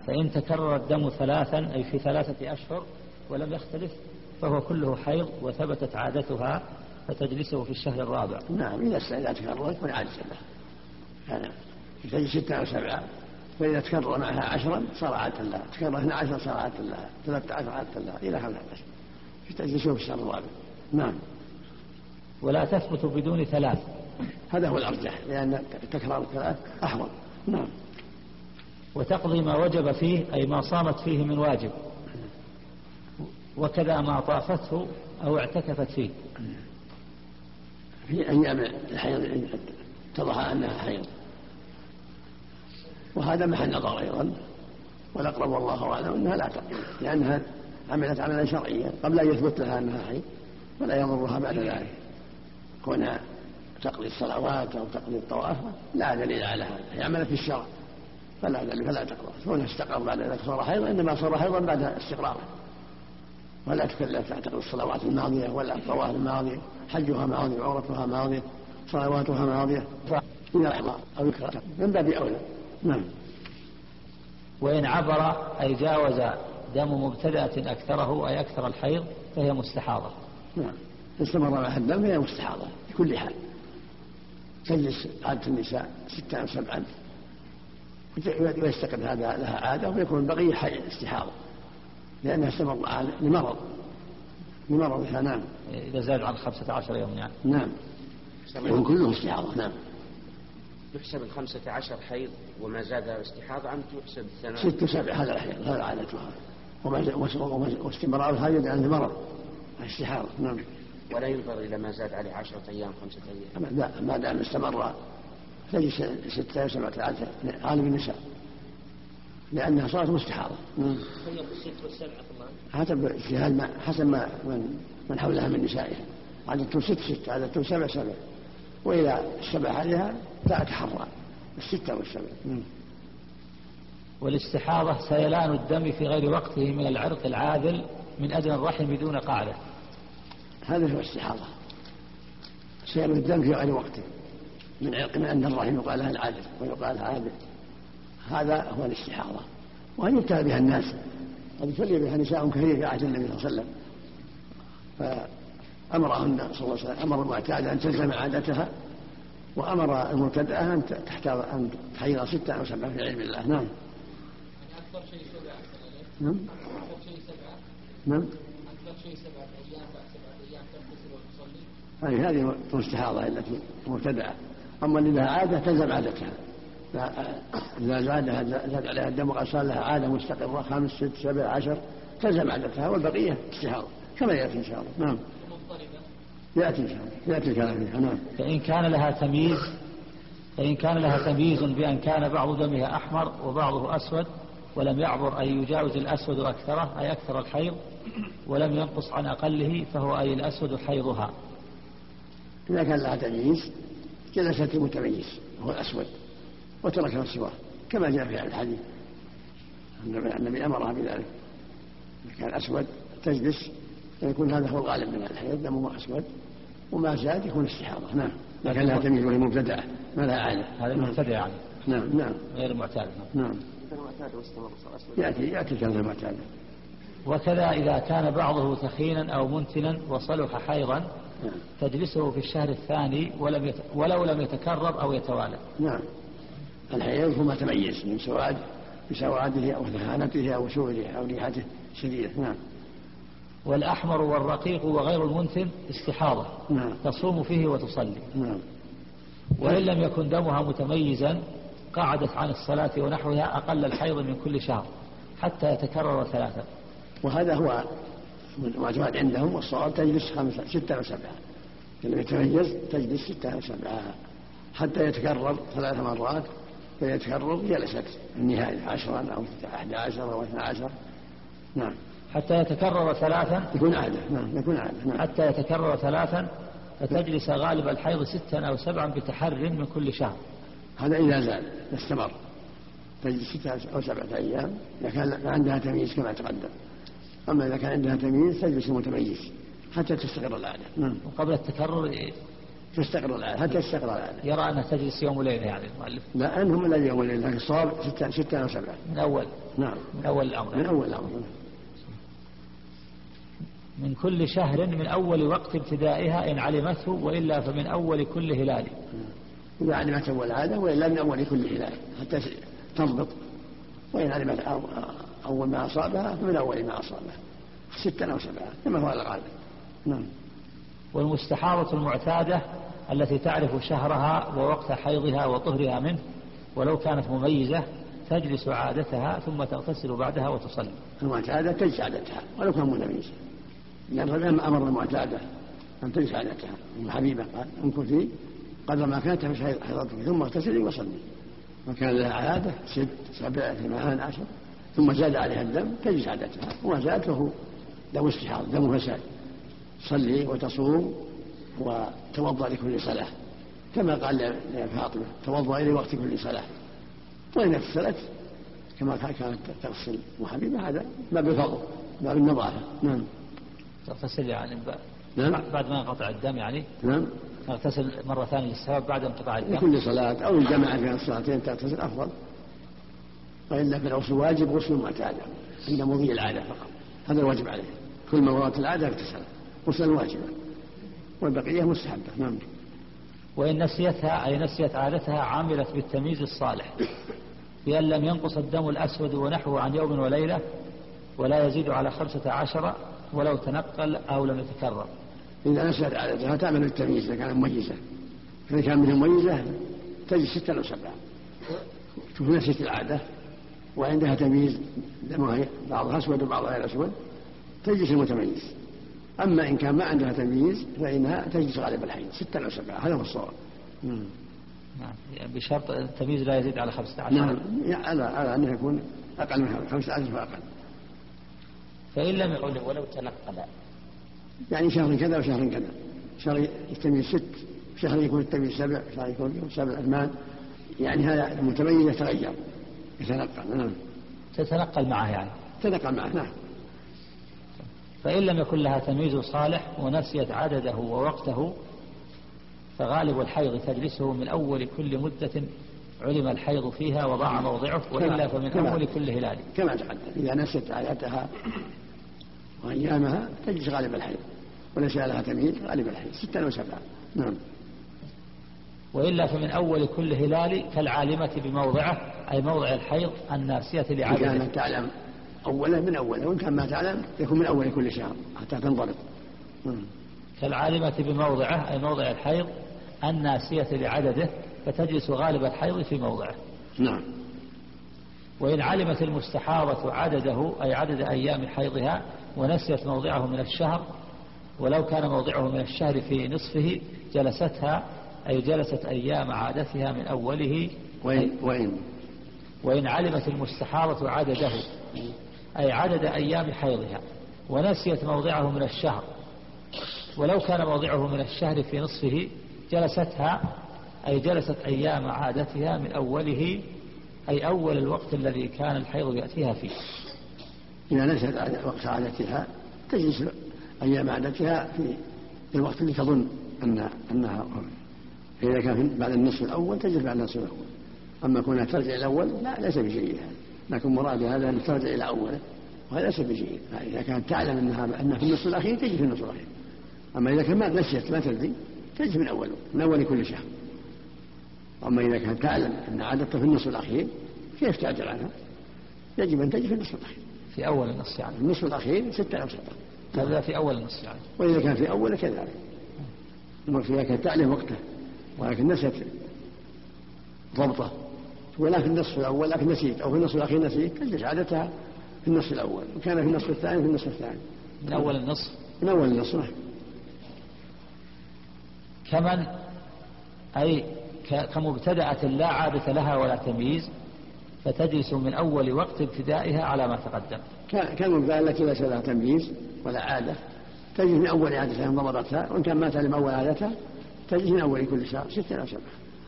فإن تكرر الدم 3 أي في 3 أشهر ولم يختلف فهو كله حيض وثبتت عادتها فتجلسه في الشهر الرابع. نعم، إذا تكرر يكون عادة له، يعني تجلس 6 أو 7، فإذا تكرر معها 10 صار عادة لها، تكرر 12 صار عادة لها، 13 عادة لها إلى 15 تجلسه في الشهر الرابع. نعم. ولا تثبت بدون 3، هذا هو الأرجح، لأن تكرار 3 أحوط. نعم. وتقضي ما وجب فيه أي ما صامت فيه من واجب، وكذا ما طافته أو اعتكفت فيه. في أيام الحيض اتضح أنها حيض، وهذا محل نظر أيضا، والأقرب والله أعلم أنها لا تقضي، لأنها عملت عملا شرعيا قبل أن يثبت لها أنها حيض، ولا يضرها بعد ذلك. كونها تقضي الصلوات أو تقضي الطواف لا دليل على هذا، هي عملت في الشرع فلا دليل، فلا تقضى. كونها استقر بعد ذلك صار حيضا، إنما صار حيضا بعد استقراره، ولا تكلف تعتقد الصلوات الماضية ولا الطواف الماضية، حجها ماضي وعمرتها ماضية، صلواتها ماضية، إذا لحظة أو يكره من باب أولى. نعم. وإن عبر أي جاوز دم مبتدأة أكثره أي أكثر الحيض فهي مستحاضة. نعم، استمر معها الدم فهي مستحاضة في كل حال. تجلس عادة النساء 6 أو 7 ويستقر هذا لها عادة، ويكون بقية استحاضة لأنها استمر لمرضها. نعم. إذا زاد عن 15 يوم يعني. نعم، يكون كله استحاضة. نعم. يحسب 15 حيض وما زاد استحاضة أم تحسب 6 و7 هذا الحيض، هذا عادتها، واستمرارها يدل على المرض استحاضة. نعم. ولا ينظر إلى ما زاد عليه 10 أيام 5 أيام. لا، ما دام استمر تجلس 6 و7 غالب النساء لأنها صارت مستحاضة. حسب ما من حولها من نسائها، عادتهم 6 عادتهم 7، وإذا اشتبه عليها لا تحرى 6 و7. والاستحاضة سيلان الدم في غير وقته من العرق العاذل من أدنى الرحم دون قاعدة. هذا هو الاستحاضة، سيلان الدم في غير وقته من عرق من أدنى الرحم، يقال لها العاذل ويقال عاذل، هذا هو الاستحاضة، وأن يبتلى بها الناس. قد ابتلي بها نساء كثير في عهد النبي صلى الله عليه وسلم، فأمرهن صلى الله عليه وسلم، أمر المعتادة أن تلزم عادتها، وأمر المبتدأة أن تحيض 6 أو 7 في علم الله. نعم. أكثر شيء 7. نعم. أكثر شيء 7. نعم. أكثر شيء 7 أيام بعد 7 أيام تغتسل وتصلي. هذه الاستحاضة التي مبتدأة. أما اللي لها عادة تلزم عادتها، إذا زاد عليها الدم وقد صار لها عادة مستقرة 5 6 7 10 تلزم عادتها، والبقية استحاضة كما يأتي إن شاء الله. نعم. يأتي إن شاء الله، يأتي الكلام فيها. نعم. فإن كان لها تمييز بأن كان بعض دمها أحمر وبعضه أسود ولم يعبر أي يجاوز الأسود أكثره أي أكثر الحيض ولم ينقص عن أقله فهو أي الأسود حيضها. إذا كان لها تمييز جلست المتميز وهو الأسود وترك السواه كما جاء في الحديث، النبي أمرها بذلك. إذا كان أسود تجلس، يكون هذا هو الغالب من الحيض، دمه أسود، وما زاد يكون استحاضة. نعم. لكن لها تمييز وهي مبتدأة ما لها عادة. هذا المبتدأ يعني. نعم. غير المعتاد. نعم. يأتي كلام المعتاد. وكذا إذا كان بعضه ثخينا أو منتنا وصلح حيضا تجلسه في الشهر الثاني ولو لم يتكرر أو يتوالى. نعم. الحيض هو ما تميز من بسواده أو ثخانته أو سوره أو ريحته شديدة. نعم. والأحمر والرقيق وغير المنتن استحاضة. نعم. تصوم فيه وتصلي. نعم. وإن لم يكن دمها متميزا قعدت عن الصلاة ونحوها أقل الحيض من كل شهر حتى يتكرر 3. وهذا هو المعتمد عندهم، والصواب تجلس 6 و7. لم يتميز تجلس 6 و7 حتى يتكرر 3 مرات، فيتكرر جلست النهاية 10 أو 11 أو 12. نعم. حتى يتكرر 3 يكون عادة. نعم. يكون عادة. نعم. حتى يتكرر 3 فتجلس غالب الحيض 6 أو 7 بتحر من كل شهر. هذا إذا زال استمر تجلس 6 أو 7 أيام إذا كان عندها تمييز كما تقدم. أما إذا كان عندها تمييز تجلس متميز حتى تستقر العادة. نعم. وقبل التكرر تستقر العادة حتى تستقر العادة. يرى أنها تجلس يوم وليلة يعني المؤلف؟ لا، أنهم الذي يوم وليلة، لكن الصواب 6 أو 7 من أول. نعم، من أول الأمر. من أول الأمر. من كل شهر من أول وقت ابتدائها إن علمته، وإلا فمن أول كل هلال. إذا علمت أول عادة وإلا من أول كل هلال حتى تضبط، وإن علمت أول ما أصابها فمن أول ما أصابها 6 أو 7 كما هو الغالب. نعم. والمستحاضة المعتادة التي تعرف شهرها ووقت حيضها وطهرها منه ولو كانت مميزة تجلس عادتها ثم تغتسل بعدها وتصلي. المعتادة تجلس عادتها ولو كان مميزة، لأن لما أمر المعتادة أن تجلس عادتها. ام حبيبة قال امكثي قدر ما كانت تمشي حيضتك ثم اغتسلي وصلي. وكان لها عادة 6 7 8 10 ثم زاد عليها الدم تجلس عادتها، وما زاد فهو دم استحاضة دم فساد. صلي وتصوم وتوضأ لكل صلاة كما قال لفاطمة توضأ لوقت كل صلاة. وإن اغتسلت كما كانت تغسل ام حبيبة هذا باب الفضل باب النظافة. نعم. تغتسل يعني نعم. بعد ما انقطع الدم يعني. نعم. تغتسل مرة ثانية للسبب بعد انقطاع الدم. لكل صلاة أو الجماعة بين الصلاتين تغتسل أفضل. وإلا في الغسل واجب غسل معتاد عند مضي العادة فقط، هذا الواجب عليه. كل ما مرت العادة اغتسل غسل واجبا، والبقية مستحبة. نعم. وإن نسيتها أي نسيت عادتها عملت بالتمييز الصالح بأن لم ينقص الدم الأسود ونحوه عن يوم وليلة ولا يزيد على 15 ولو تنقل أو لم يتكرر. إذا نسيت عادتها تعمل بالتمييز إذا كانت مميزة، فإذا كان منها مميزة تجد 6 أو 7. شوف نسيت العادة وعندها تمييز دمها بعضها أسود وبعضها غير أسود تجلس المتميز. أما إن كان ما عندها تمييز فإنها تجلس غالب الحين 6 أو 7. هذا هو الصواب. نعم. يعني بشرط التمييز لا يزيد على 15. نعم، على أنه يكون أقل من 15 فأقل. فإن لم يقول ولو تنقل يعني شهر كذا وشهر كذا، شهر التمييز 6 شهر يكون التمييز 7 شهر يكون 7 8 يعني هذا المتميز يتغير يتنقل. نعم. تتنقل معه يعني. تتنقل معه. نعم. فإن لم يكن لها تمييز صالح ونسيت عدده ووقته فغالب الحيض تجلسه من أول كل مدة علم الحيض فيها وضاع موضعه، وإلا فمن أول كل هلال. كما تقدم إذا نسيت عادتها وأيامها تجلس غالب الحيض، وليس لها تمييز غالب الحيض 6 أو 7. نعم. وإلا فمن أول كل هلال كالعالمة بموضعه أي موضع الحيض الناسية لعادته. إذا كانت تعلم أولا من أوله، وإن كان ما تعلم يكون من أول كل شهر حتى تنضبط. كالعالمة بموضعه أي موضع الحيض الناسية لعدده فتجلس غالب الحيض في موضعه. نعم. وإن علمت المستحاضة عدده أي عدد أيام حيضها ونسيت موضعه من الشهر ولو كان موضعه من الشهر في نصفه جلستها أي جلست أيام عادتها من أوله. وإن علمت المستحاضة عدده أي عدد أيام حيضها ونسيت موضعه من الشهر ولو كان موضعه من الشهر في نصفه جلستها أي جلست أيام عادتها من أوله أي أول الوقت الذي كان الحيض يأتيها فيه. إذا نسيت وقت عادتها تجلس أيام عادتها في الوقت اللي تظن أنها فإذا كان بعد النصف الأول تجلس بعد النصف الأول. أما كونها ترجع إلى الأول لا ليس بجيد، لكن مراد هذا أن ترجع إلى أوله وهذا ليس بجيد. إذا كانت تعلم أنها في النصف الأخير تجلس في النصف الأخير. أما إذا كان ما نسيت ما تدري تجلس من أول كل شهر. أما إذا كانت تعلم أن عادتها في النصف الأخير كيف تعجل عنها؟ يجب أن تجلس في النصف الأخير. في أول النصف يعني. النصف الأخير 6 أو 7. هذا في أول النصف يعني. وإذا كان في أول كذلك. إذا كانت تعلم وقته ولكن نسيت ضبطه ولا في النصف الأول لكن نسيت أو في النصف الأخير نسيت تجلس عادتها في النصف الأول وكان في النصف الثاني في النصف الثاني. من أول النصف. من أول النصف. كمن أي كمبتدأة لا عادة لها ولا تمييز فتجلس من أول وقت ابتدائها على ما تقدم. كالمبتدأة التي ليس لها تمييز ولا عادة تجلس من أول عادتها إن ضبطتها، وإن كان ما تعلم أول عادتها تجلس من أول كل شهر 6 أو 7.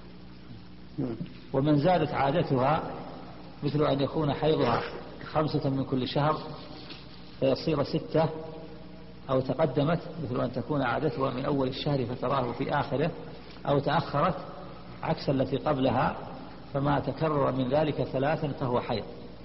ومن زادت عادتها مثل أن يكون حيضها 5 من كل شهر فيصير 6 أو تقدمت مثل أن تكون عادتها من أول الشهر فتراه في آخره أو تأخرت عكس التي قبلها، فما تكرر من ذلك 3 فهو حيض.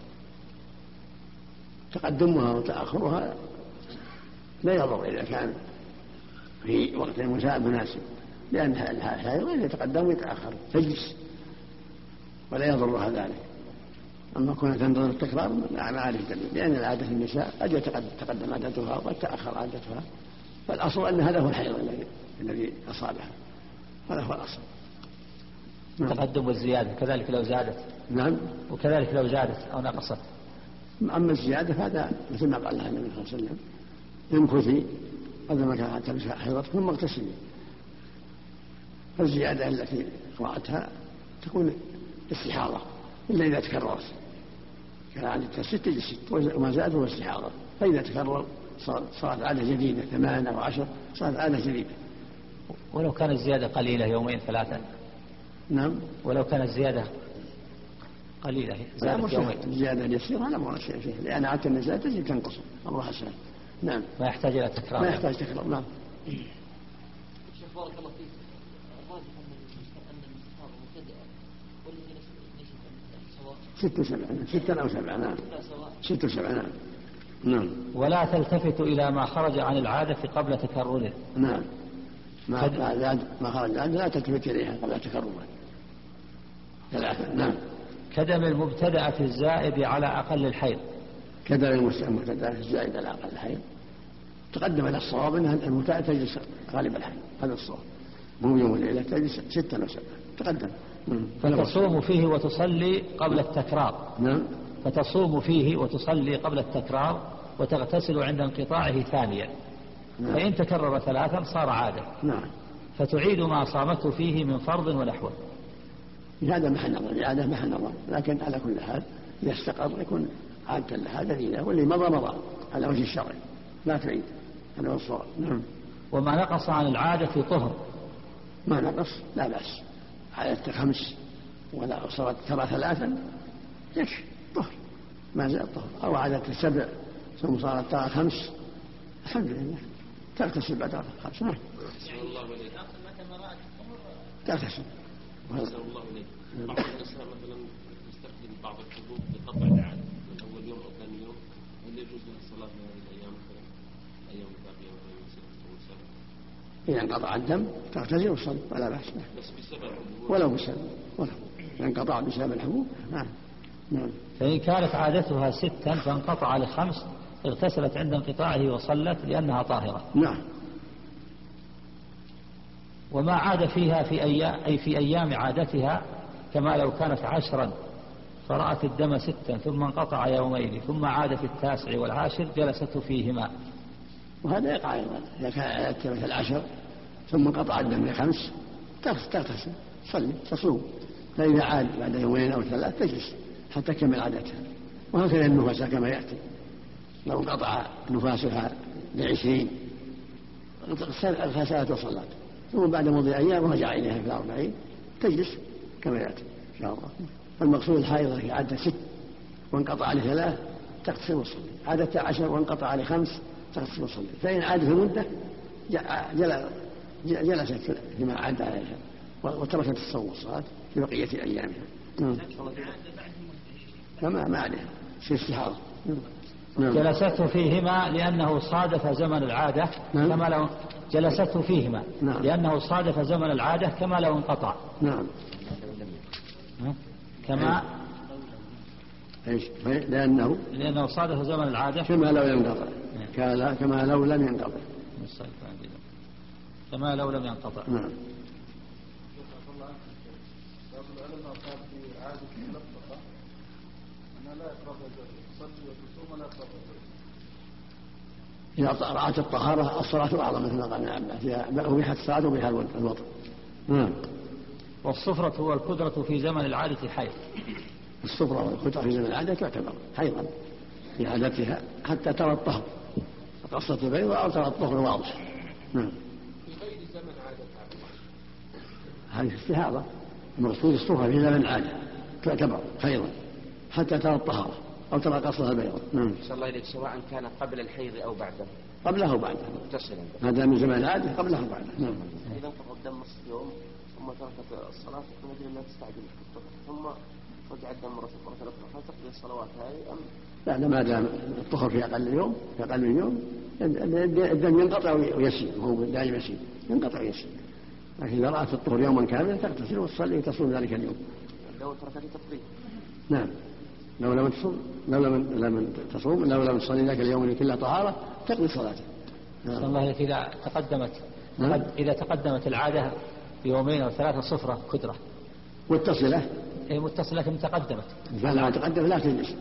تقدمها وتأخرها لا يضر إذا كان في وقت مناسب، لأن الحيض يتقدم ويتأخر تجلس ولا يضرها ذلك. أما كنا تنتظر التكرار ما عليه دليل، لأن العادة النساء قد يتقدم عادتها وقد تأخر عادتها، فالأصل أن هذا هو الحيض الذي أصابها، هذا هو الأصل. التقدم والزيادة كذلك لو زادت. نعم. وكذلك لو زادت أو نقصت. أما الزيادة فهذا مثل ما قال لها النبي صلى الله عليه وسلم: امكثي قدر ما كانت تمسح حيضتك ثم اغتسلي. فالزيادة التي قرأتها تكون استحاضة إلا إذا تكررت، كان عادتها 6 تجلس 6 وما زاد هو استحاضة، فإذا تكرر صارت عادة جديدة 8 أو 10 صارت عادة جديدة. ولو كانت الزيادة قليلة 2 3. نعم. ولو كانت الزيادة قليلة زادت 2. الزيادة اليسيرة لا معنى شيء فيه، لأن عادة النساء تجب تنقص الله حسن. نعم. ما يحتاج إلى تكرار. ما يحتاج تكرار. نعم. شيخ بارك الله فيك، الراجح أن الاستحاضة مبتدئة والذي ليست سواء 6 أو 7. نعم. 6 و7. نعم. ولا تلتفت إلى ما خرج عن العادة قبل تكرره. نعم. ما خرج العادة لا تلتفت إليها قبل تكرره. 3. نعم. كدم المبتدأ في الزائد على أقل الحيض. كدم المبتدأ في الزائد على أقل الحيض تقدم إلى الصواب أنها المبتدأ تجلس غالب الحيض، هذا الصواب، مو يوم الليلة تجلس 6 أو 7 تقدم. فتصوم فيه وتصلي قبل التكرار. نعم. فتصوم فيه وتصلي قبل التكرار وتغتسل عند انقطاعه ثانيا. نعم. فإن تكرر 3 صار عادة. نعم. فتعيد ما صامته فيه من فرض ونحوه. هذا محل نظر، العادة محل نظر، لكن على كل حال إذا استقر يكون عادة لها دليلة، واللي مضى على وجه الشرع لا تعيد، هذا هو الصواب. نعم. وما نقص عن العادة في طهر. ما نقص لا بأس، عادة 5 ولا صارت ترى 3 يكفي طهر، ما زال طهر. أو عادة 7 ثم صارت ترى 5 الحمد لله تغتسل بعد 5. نعم. تغتسل. أحسن الله إليك. بعض النساء مثلا يستخدم بعض الحبوب لقطع العادة من أول يوم أو ثاني يوم، هل يجوز لها الصلاة في هذه الأيام مثلا الأيام الباقية مثلا 6 أو 7؟ إذا انقطع الدم تغتسل وتصلي ولا بأس به. بس بسبب الحبوب. ولو بسبب إذا انقطع بسبب الحبوب. نعم. نعم. فإن كانت عادتها 6 فانقطع ل5 اغتسلت عند انقطاعه وصلت لأنها طاهرة. نعم. وما عاد فيها في أيام عادتها، كما لو كانت 10 فرأت الدم 6 ثم انقطع 2 ثم عاد في 9 والعاشر جلست فيهما. وهذا يقع أيضا إذا كان عادتها مثل 10 ثم انقطع الدم 5 تغتسل تصلي تصوم، فإذا عاد بعد 2 أو 3 تجلس حتى تكمل عادتها. وهكذا النفاس كما يأتي، لو انقطع نفاسها ل20 اغتسلت وصلت، ثم بعد مضي أيام رجع إليها في 40 تجلس كما يأتي إن شاء الله. فالمقصود الحائضة هي عادة 6 وانقطع ل3 تغتسل وتصلي، عادة 10 وانقطع ل5 تغتسل وتصلي. فإن عاد في المدة جلست فيما عاد عليها وتركت الصوم والصلاة في بقية أيامها. ما عليها شيء استحاضة. جلسته فيهما لأنه صادف زمن العادة. نعم. كما لو جلسته فيهما. نعم. لأنه صادف زمن العادة كما لو انقطع. نعم. كما ايش؟ لأنه صادف زمن العادة كما لو ينقطع. كما لو لم ينقطع. كما لو لم ينقطع. نعم. إذا رأت الطهارة الصلاة أعظم مثل ما قال ابن عباس، أبيحت الصلاة وبها الوطن. والصفرة والقدرة في زمن العادة حيض. الصفرة والقدرة في زمن العادة تعتبر حيضا في عادتها حتى ترى الطهر، قصة البيضة أو ترى الطهر واضح. في غير زمن عادتها هذه استحاضة. المقصود الصفرة في زمن العادة تعتبر حيضا حتى ترى الطهارة أو ترى قصة البيضة. صلى الله عليه سواء كان قبل الحيض أو بعده. قبله وبعده. متصلا. هذا من زمن العادة قبله وبعده. إذا انقطع الدم نصف يوم ثم تركت الصلاة من أجل أنها تستعجل ثم رجعت مرة أخرى، هل تقضي الصلوات هذه أم؟ لا، ما دام الطهر في أقل من يوم الدم ينقطع ويسير، وهو دائما يسير ينقطع ويسير. لكن إذا رأت الطهر يوما كاملا تغتسل وتصلي وتصوم ذلك اليوم. لو تركت تقضي. نعم، لو لم تصلي ذاك اليوم اللي كله طهارة تقضي صلاته. نعم. الله إذا تقدمت العادة بيومين أو ثلاثة صفرة كدرة متصلة، متصلة لكن تقدمت، فلا تقدم لا تجلس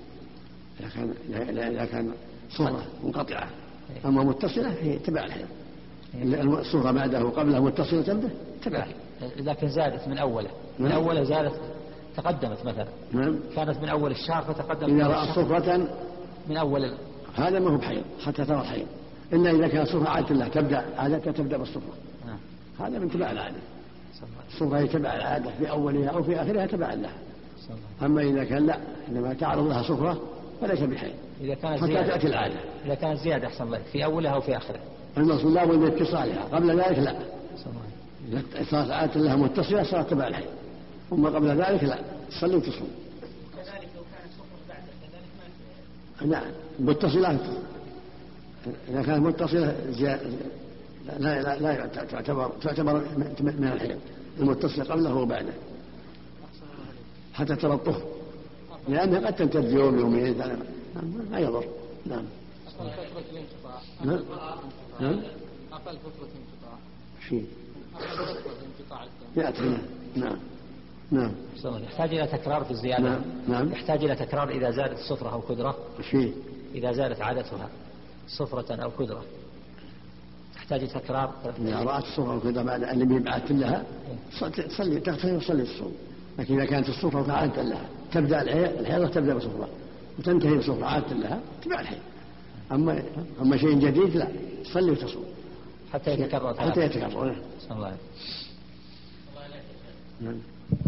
إذا كان صفرة منقطعة. أما متصلة هي تبع الحيض، الصفرة بعده قبله متصلة به تبع. لكن زادت من أوله زادت تقدمت مثلا. نعم. كانت من أول الشهر فتقدمت. إذا رأى صفرة من أول هذا ما هو بحيض حتى ترى الحيض، إلا إذا كان صفرة عادة الله تبدأ بالصفرة. هذا من تبع العادة. الصفرة هي تبع العادة في أولها أو في آخرها تبع لها. أما إذا كان لا، إنما تعرض لها صفرة فليس بحيض حتى تأتي العادة. إذا كانت زيادة أحسن الله في أولها أو في آخرها. المقصود لا بد من اتصالها، قبل ذلك لا. إذا صارت عادة لها متصلة صارت تبع الحيض، أما قبل ذلك لا، تصلي وتصوم. كذلك لو كانت صفرة بعد كذلك ما نعم، متصلة إذا كانت متصلة لا تعتبر من الحيض، المتصلة قبله وبعده حتى ترى الطهر، لأنها قد تمتد يوم يومين ما يضر. نعم. أقل فترة الانقطاع. أقل فترة انقطاع. شيء. أقل فترة انقطاع الدم. يأتي. نعم. يحتاج إلى تكرار في الزيادة. نعم. يحتاج إلى تكرار إذا زادت صفرة أو كدرة. شيء. إذا زادت عادتها صفرة أو كدرة تحتاج تكرار. إذا رأت الصفرة أو كدرة بعد أن لم يبعث لها تصلي تغتسل وتصلي الصوم. لكن إذا كانت الصفرة عادة لها تبدأ الحيضة تبدأ بصفرة وتنتهي بصفرة عادة لها تبع الحيض. أما شيء جديد لا، تصلي وتصوم حتى يتكرر. الله. نعم.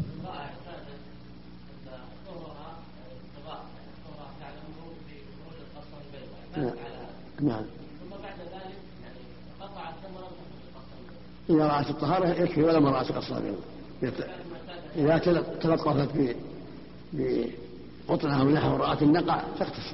نعم. ثم بعد ذلك قطع الدم ولم تقصر. إذا رأت الطهارة يكفي ولا ما رأت قصر. إذا تلطفت بقطنها ونحو رأت النقع تغتسل.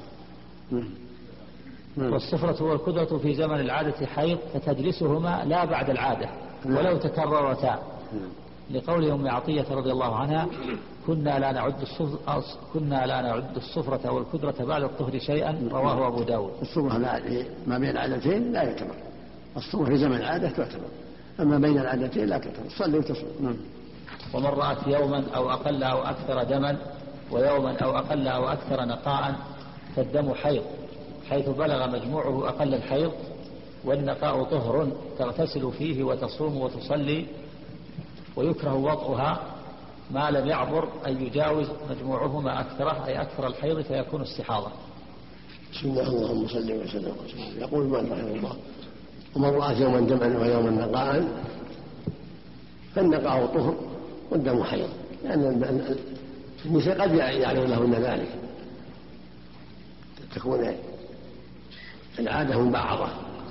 والصفرة والكدرة في زمن العادة حيض فتجلسهما لا بعد العادة ولو تكررتا، لقول أم عطية رضي الله عنها كنا لا نعد الصفرة والكدرة بعد الطهر شيئا، رواه أبو داود. الصفرة ما بين العادتين لا يعتبر، الصفرة في زمن العادة تعتبر، أما بين العادتين لا تعتبر، صلي وتصوم. ومن رأت يوما أو أقل أو أكثر دما ويوما أو أقل أو أكثر نقاء فالدم حيض حيث بلغ مجموعه أقل الحيض، والنقاء طهر تغتسل فيه وتصوم وتصلي، ويكره وضعها ما لم يعبر أن يجاوز مجموعهما أكثره أي أكثر الحيض فيكون استحاضة. بسم الله اللهم صل وسلم. يقول من رحمه الله ومن رأت يوما دما ويوما نقاء فالنقاء طهر والدم حيض، لأن النساء قد يعلم لهن ذلك، تكون العادة مبعضة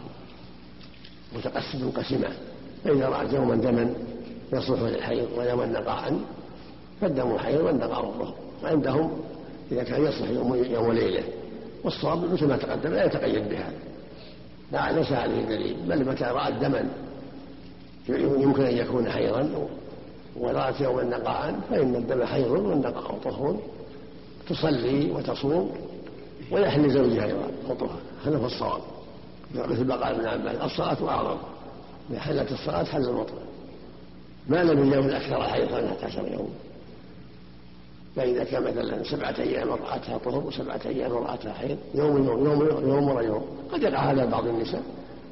منقسمة، فإذا رأت يوما دما يصلح للحيض ويوما نقاء فالدم حيض والنقاء طهر. وعندهم إذا كان يصلح يوم وليلة، والصواب مثل ما تقدم لا يتقيد بهذا، لا ليس عليه دليل، بل متى رأت دما يمكن أن يكون حيضا ورأت يوما نقاء فإن الدم حيض والنقاء طهر، تصلي وتصوم ويحل زوجها أيضا وطهر. هذا هو الصواب، مثل ما قال ابن عباس الصلاة أعظم، إذا حلت الصلاة حل الوطن، ما لم يجاوز أكثر حيض 13 يوم. فإذا كان مثلا 7 أيام رأتها طهر و7 أيام رأتها حيض، يوم ورا يوم، قد يقع هذا بعض النساء،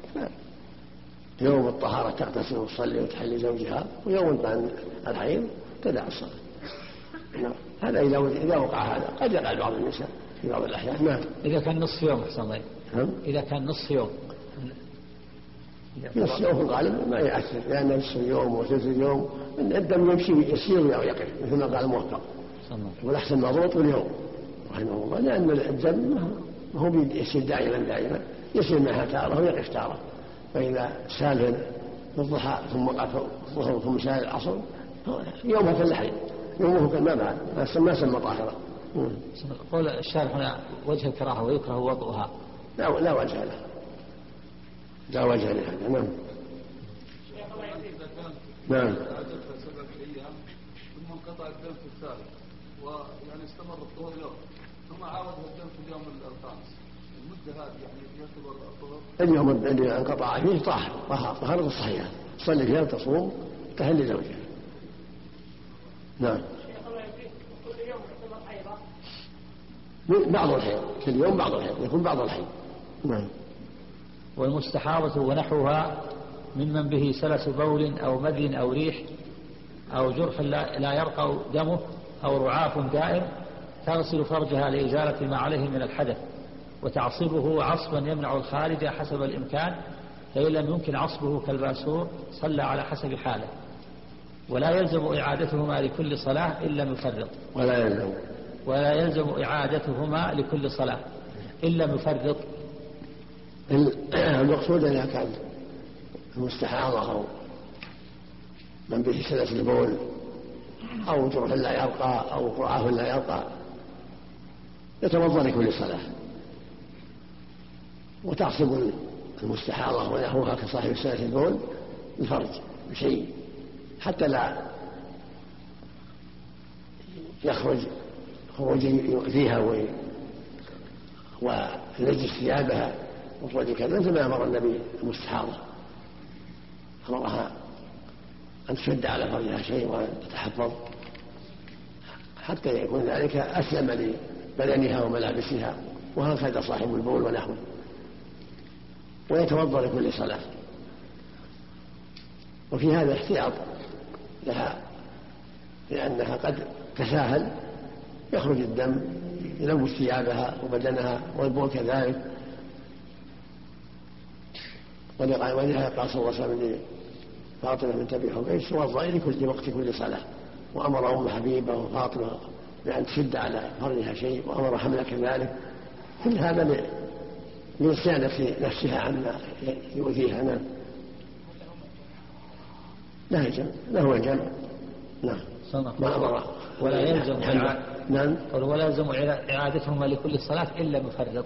يوم الطهارة تغتسل وتصلي وتحل زوجها، ويوم الحيض تدع الصلاة. هذا إذا وقع هذا قد يقع بعض النساء في بعض الأحيان. نعم. إذا كان نصف يوم أحسن الله. إذا كان نصف يوم. نصف يوم في الغالب ما يأثر، لأن نصف اليوم وثلث اليوم الدم يمشي يسير ويقف مثل ما قال الموفق، والأحسن مضبوط اليوم رحمه الله، لأن الدم ما هو يسير دائما يسير معها تارة ويقف تارة، فإذا سال الضحى ثم وقع الظهر ثم شاء العصر يومها كالحيض، يومه كما بعد ما سمى طاهرا. قول الشارح هنا وجه الكراهة ويكره وضعها. لا وجه له، لا وجه لهذا. نعم. نعم. ثم انقطع الدم في الثالث ويعني استمر الطهور يوم ثم عاود الدم في اليوم الخامس، المدة هذه يعني يعتبر الطهور؟ اليوم الذي انقطع فيه طهارة صحيحة، تصلي فيها وتصوم تهل لزوجها. نعم. بعض الحيض، كل يوم بعض الحيض، يكون بعض الحيض. نعم. والمستحاضة ونحوها ممن به سلس بول أو مذي أو ريح أو جرح لا يرقى دمه أو رعاف دائم تغسل فرجها لإزالة ما عليه من الحدث وتعصبه عصبا يمنع الخارج حسب الإمكان، فإن لم يمكن عصبه كالباسور صلى على حسب حاله، ولا يلزم إعادتهما لكل صلاة إلا يفرط. ولا يلزم إعادتهما لكل صلاة إلا يفرط. المقصود إذا كان المستحاضة أو من به سلس البول أو جرح لا يرقى أو رعاف لا يرقى يتوضأ لكل صلاة، وتعصب المستحاضة ونحوها كصاحب سلس البول الفرج بشيء حتى لا يخرج خروجا يؤذيها وينجس ثيابها وخروج كذا، مثل ما أمر النبي المستحاضة، أمرها أن تشد على فرجها شيء وتتحفظ حتى يكون ذلك أسلم لبدنها وملابسها، وهكذا صاحب البول ونحوه، ويتوضأ لكل صلاة. وفي هذا احتياط لها لأنها قد تساهل يخرج الدم يلوث ثيابها وبدنها والبول كذلك، ولهذا قال صلى الله عليه وسلم لفاطمة بنت أبي حبيش توضئي لكل وقت كل صلاة، وأمر أم حبيبة وفاطمة بأن تشد على فرجها شيء، وأمر حملها كذلك، كل هذا لصيانة نفسها عما يؤذيها. نعم. له الجمع. نعم. ولا يلزم نعم. ولا يلزم إعادتهما لكل صلاة إلا مفرط.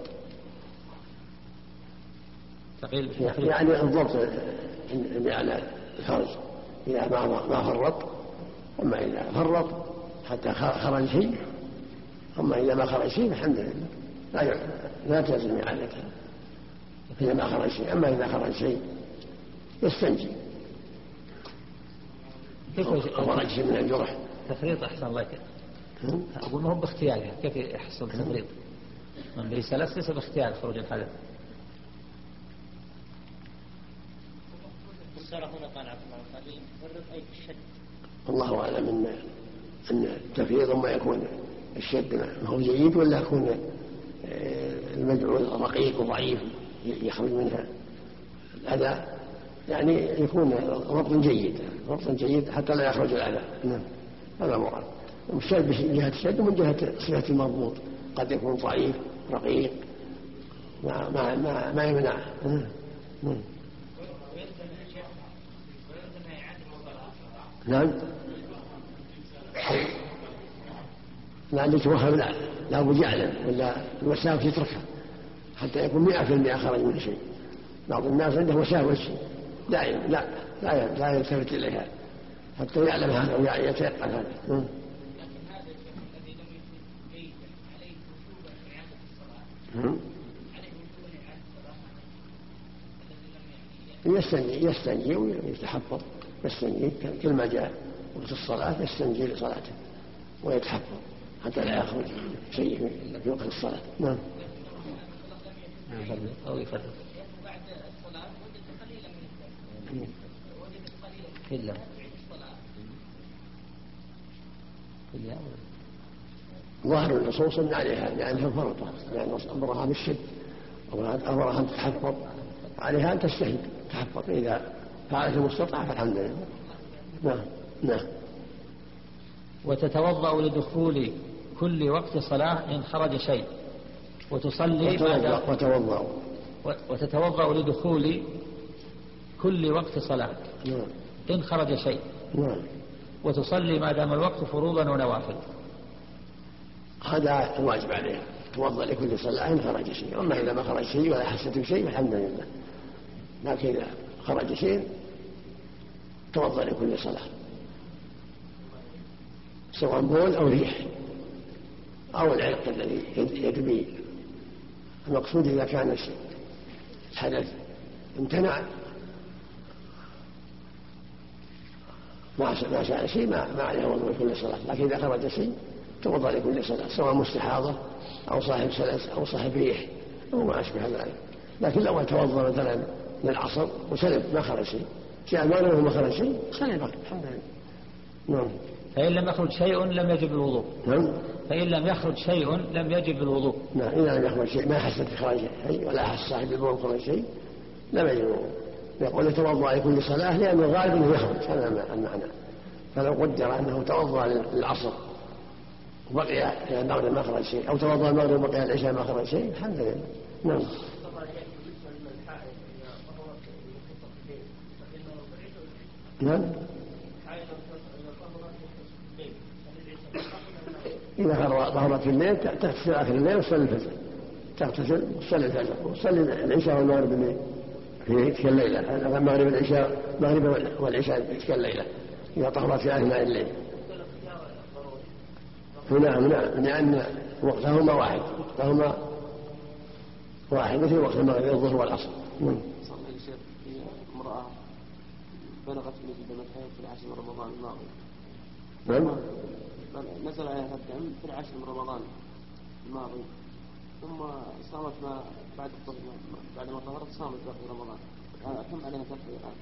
يعني الضبط على الفرج إذا ما فرط، أما إذا فرط حتى خرج شيء، أما إذا ما خرج شيء الحمد لله لا تلزم إعادتها إذا ما خرج شيء. أما إذا خرج شيء يستنجي خرج شيء من الجرح. تفريط أحسن الله كده. أقول ما هو باختيارها، كيف يحصل تفريط؟ من به سلس ليس باختيار خروج الحدث. الله أعلم أن التفريط ما يكون الشد ما هو جيد، ولا يكون المدعو رقيق وضعيف يخرج منها الأذى، يعني يكون ربط جيد حتى لا يخرج الأذى. نعم. هذا مراد. الشد من جهة الشد ومن جهة صفة المضبوط، قد يكون ضعيف رقيق ما يمنع. نعم. لأن يتوهم لا بد يعلم، ولا الوساوس يتركها حتى يكون 100% خرج من شيء. بعض الناس عنده وساوس دائم لا يلتفت إليها حتى يعلم هذا ويتيقن هذا. يستنجي ويتحفظ، يستنجي كل ما جاء وقت الصلاة يستنجي لصلاته ويتحفظ حتى لا يخرج شيء في وقت الصلاة. نعم. أو يفرق بعد الصلاة وجد قليلا من ظاهر النصوص أن عليها لأنها فرطة، لأن أمرها بالشد أمرها أن تتحفظ، عليها أن تجتهد تحفظ، إذا فعلت المستطاع فالحمد لله. نعم. وتتوضأ لدخول كل وقت صلاة إن خرج شيء، وتصلي وتتوضأ لدخول كل وقت صلاة إن خرج شيء، وتصلي ما دام الوقت فروضا ونوافل. هذا الواجب عليها، توضأ لكل صلاة إن خرج شيء. أما إذا ما خرج شيء ولا حست بشيء الحمد لله، لكن إذا خرج شيء توضأ لكل صلاة، سواء بول أو ريح أو العرق الذي يدبي. المقصود إذا كان الحدث امتنع ما شاء شيء ما عليه وضوء لكل صلاة، لكن إذا خرج شيء توضأ لكل صلاة، سواء مستحاضة أو صاحب سلس أو صاحب ريح أو ما أشبه ذلك. لكن لو توضأ مثلا للعصر وسلب ما خرج شيء، جاء المغرب وما خرج شيء سلب الحمد لله. نعم. فإن لم يخرج شيء لم يجب الوضوء. نعم. فإن لم يخرج شيء لم يجب الوضوء. نعم. إذا لم يخرج شيء ما حست بخرج شيء ولا أحس صاحب البول خرج شيء لم يجب الوضوء. يقول يتوضأ لكل صلاة لأن الغالب أنه يخرج، هذا المعنى. فلو قدر أنه توضأ للعصر وبقي المغرب ما خرج شيء، أو توضأ المغرب وبقي العشاء ما خرج شيء الحمد لله. نعم. نعم. إذا ظهرت في الليل تغتسل آخر الليل وتصلي الفجر، تغتسل وتصلي الفجر وتصلي العشاء والمغرب في تلك الليلة، المغرب العشاء المغرب والعشاء في تلك الليلة إذا طهرت في أثناء الليل. نعم لأن وقتهما واحد مثل وقت المغرب الظهر والعصر. صلى الشيخ امرأة بلغت نزل الحيض في العشر من رمضان الماضي. نعم. نزل عليها الدم في العشر من رمضان الماضي، ثم صامت بعد ما طهرت صامت باقي رمضان. كم عليها تقضي الآن؟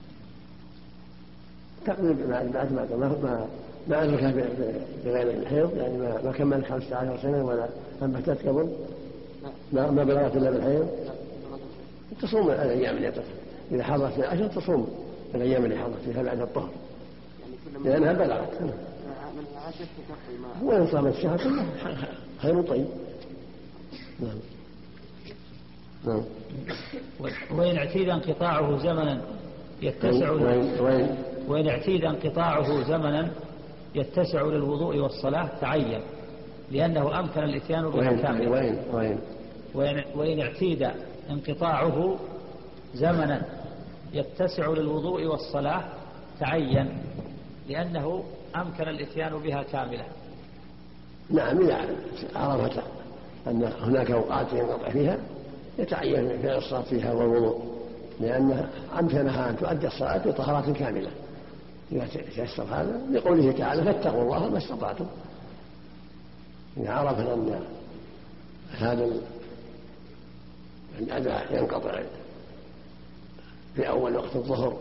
تقريبا بعد ما أدركها بغير الحيض، يعني ما كملت 15 سنة ولا أنبتت قبل، ما بلغت إلا بالحيض. تصوم الأيام اللي يطلق، إذا حضرت في العشر تصوم الأيام اللي حضرت فيها بعد الطهر لأنها بلغت. وإن صامت الشهر كله خير طيب. نعم. وإن اعتيد انقطاعه زمنا يتسع وإن اعتيد انقطاعه زمنا يتسع للوضوء والصلاة تعين، لأنه أمكن الإتيان بها كاملة. وإن اعتيد انقطاعه زمنا يتسع للوضوء والصلاة تعين، لأنه أمكن الإتيان بها كاملة. نعم. إذا عرفت أن هناك أوقات ينقطع فيها يتعين فعل الصلاة فيها والوضوء، لأنها أمكنها أن تؤدي الصلاة بطهارة كاملة إذا تيسر هذا، لقوله تعالى فاتقوا الله ما استطعتم. إذا عرف أن هذا الأداء ينقطع في أول وقت الظهر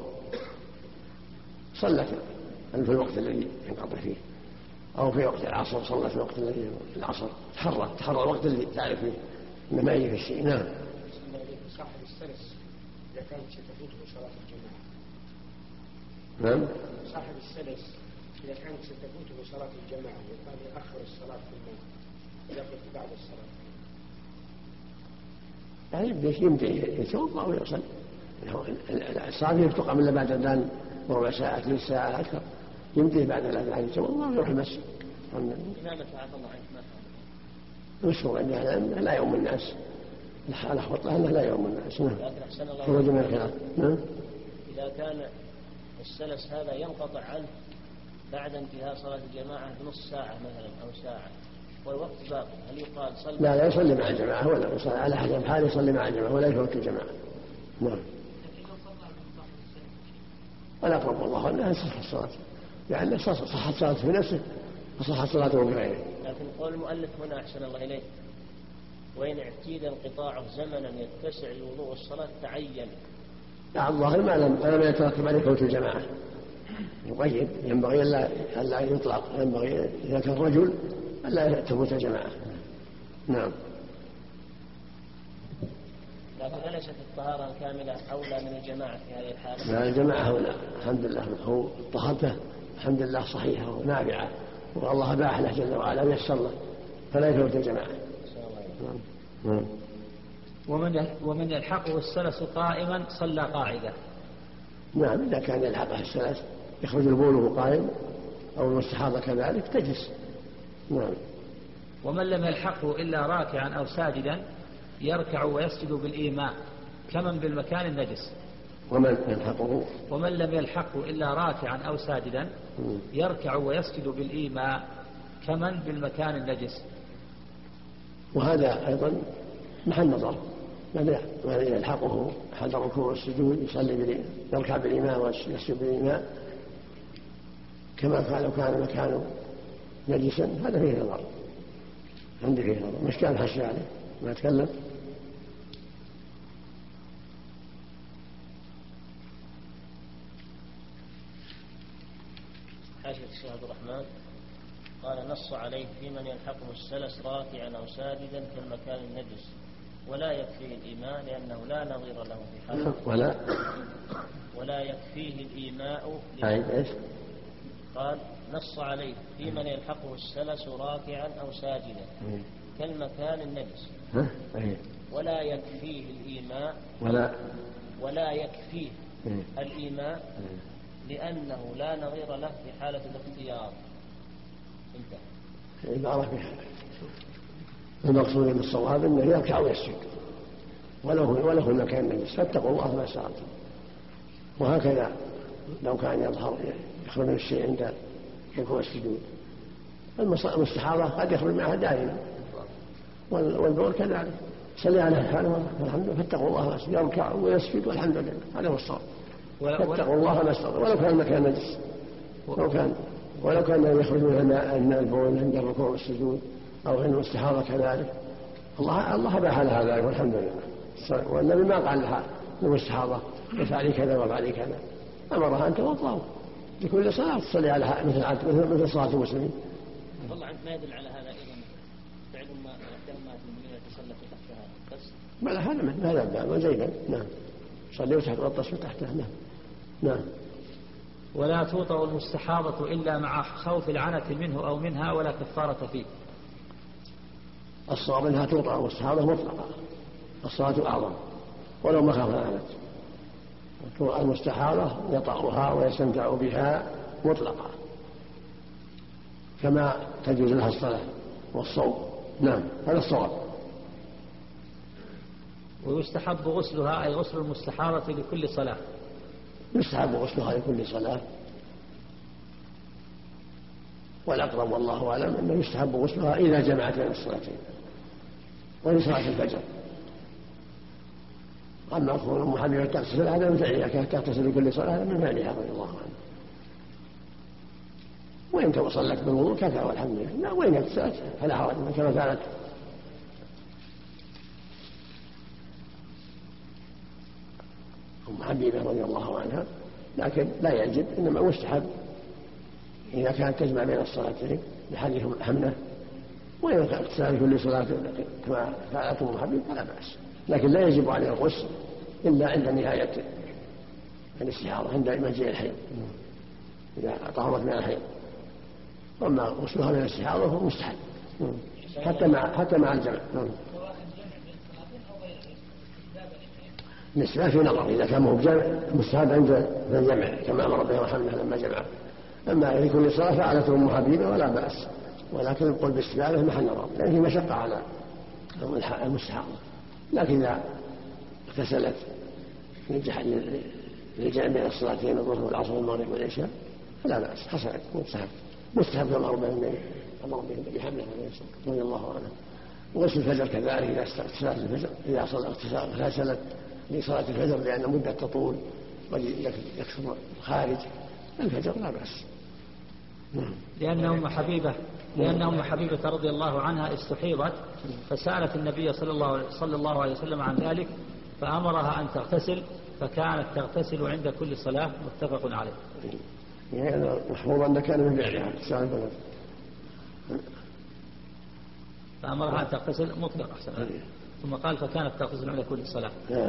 صلت في الوقت الذي ينقطع فيه، أو في وقت العصر صلت في الوقت الذي العصر، تحرى الوقت الذي تعرف فيه إنه ما يجي في الشيء. نعم. صاحب السلس إذا كانت ستفوته صلاة الجماعة. نعم. صاحب السلس إذا كانت ستفوته صلاة الجماعة يقال يأخر الصلاة في الموت يقف بعد الصلاة. يعني يمدي يتوضأ ويصل. الصلاة تقام إلا بعد الأذان وربع ساعة 3 ساعة أكثر، يمدي بعد الأذان يتوضأ ويروح المسجد. لماذا عفى الله عنك ما فعل؟ مشهور عندنا لا يوم الناس، الأخبط أنه لا يوم الناس. خروج من الخلاف. إذا كان السلس هذا ينقطع عنه بعد انتهاء صلاة الجماعة بنص ساعة مثلا أو ساعة والوقت باقي، هل يقال صلي؟ لا يصلي مع الجماعة، ولا يصلي على حسب حاله، يصلي مع الجماعة ولا يفوت الجماعة. نعم. والأقرب والله أنها تصح الصلاة، يعني صحت صلاة في نفسه وصحت صلاته بغيره. لكن قول المؤلف هنا أحسن الله إليه وإن اعتيد انقطاعه زمنا يتسع الوضوء والصلاة تعين. الظاهر ما لم يترتب عليه فوت الجماعة يقيد، ينبغي ألا يطلق، ينبغي إذا كان رجل ألا تفوت الجماعة. نعم. لكن أليست الطهارة الكاملة أولى من الجماعة في هذه الحالة؟ لا، الجماعة هنا الحمد لله هو طهارته الحمد لله صحيحة ونافعة، والله باح له جل وعلا ويسر له فلا يفوت الجماعة. ومن يلحقه السلس قائما صلى قاعدة. نعم إذا كان يلحقها السلس يخرج البول وهو قائم أو المستحاضة كذلك تجلس. نعم. ومن لم يلحقه إلا راكعا أو ساجدا يركع ويسجد بالإيماء كمن بالمكان النجس. ومن لم يلحقه إلا راكعا أو ساجدا يركع ويسجد بالإيماء كمن بالمكان النجس. وهذا أيضا محل نظر، من يلحقه أحد الركوع والسجود يركع بالإيماء ويسجد بالإيماء كما لو كان مكانه نجسا، هذا فيه نظر، عندي فيه نظر. مش كان حشي عليه ما أتكلم. حاشية الشيخ عبد الرحمن قال نص عليه في من يلحقه السلس راكعا أو ساجدا في المكان النجس ولا يكفيه الإيماء لأنه لا نظير له في حاله ولا يكفيه الإيماء قال نص عليه في من يلحقه السلس راكعا أو ساجدا كالمكان النجس ولا يكفيه الإيماء ولا يكفيه الإيماء لأنه لا نظير له في حالة الاختيار. انتهى. العبارة في حالة المقصود بالصواب أنه يركع ويسجد وله المكان النجس، فاتقوا الله ما استطعتم. وهكذا لو كان يظهر يخرج من الشيء عند الركوع والسجود. المستحاضة قد يخرج معها دائما والبول كذلك. صلي على حاله والحمد لله. فاتقوا الله ما استطعتم. يركع ويسجد والحمد لله، هذا هو الصواب. فاتقوا الله ما استطعتم ولو كان المكان نجس، ولو كان يخرج منها البول عند الركوع والسجود أو عند الاستحاضة كذلك. الله أباح لها ذلك والحمد لله. والنبي ما قال لها للمستحاضة افعلي كذا وافعلي كذا، أمرها أن توضأ لكل صلاة تصلي على مثل صلاة المسلمين. والله ما يدل على هذا أيضا فعل ما أمهات المؤمنين يتسلق تحتها بس. بل هذا باب زيدا. نعم. صلي وتحت والتصل تحتها. نعم. ولا توطأ المستحاضة إلا مع خوف العنة منه أو منها ولا كفارة فيه. الصواب أنها توطأ المستحاضة مطلقة، الصلاة أعظم ولو ما خاف العنة. المستحاضة يطأها ويستمتع بها مطلقة كما تجوز لها الصلاة والصوم. نعم هذا الصواب. ويستحب غسلها أي غسل المستحاضة لكل صلاة. يستحب غسلها لكل صلاة، والأقرب والله أعلم أنه يستحب غسلها إذا جمعت بين الصلاتين ولصلاة الفجر. أما كون أم حبيبة تغتسل هذا من فعلها، كانت تغتسل لكل صلاة هذا من فعلها رضي الله عنها. وإن توصلت بالوضوء كفى والحمد لله. وإن اغتسلت فلا حرج كما كانت أم حبيبة رضي الله عنها. لكن لا يجب، إنما مستحب إذا كانت تجمع بين الصلاتين لحديث حمنة. وإن كانت تغتسل كل صلاة كما فعلت أم حبيبة فلا بأس، لكن لا يجب عليه الغسل إلا عند نهاية الاستحاضة، عند مجيء الحيض إذا طهرت من الحيض. وأما غسلها من الاستحاضة فهو مستحب حتى مع الجمع. نسبة في نظر، إذا كان مو بجمع مستحب عند الجمع كما أمر به محمد لما جمع. أما في كل صلاة فعلته أم حبيبة ولا بأس، ولكن القول باستحبابه محل نظر لأن في مشقة على المستحاضة. لكن إذا اغتسلت للجمع بين الصلاتين الظهر والعصر والمغرب والعشاء فلا بأس، حصلت مستحب كما أمر به النبي حمله رضي الله عنه. وغسل الفجر كذلك إذا اغتسلت الفجر، إذا اغتسلت لصلاة الفجر لأن مدة تطول ويكثر الخارج الفجر لا بأس. لأن أم حبيبة رضي الله عنها استحيضت فسألت النبي صلى الله عليه وسلم عن ذلك فأمرها أن تغتسل، فكانت تغتسل عند كل صلاة، متفق عليه. يعني محفوظ أن كان من فعلها فأمرها أن تغتسل مطلق أحسن. ثم قال فكانت تغتسل عند كل صلاة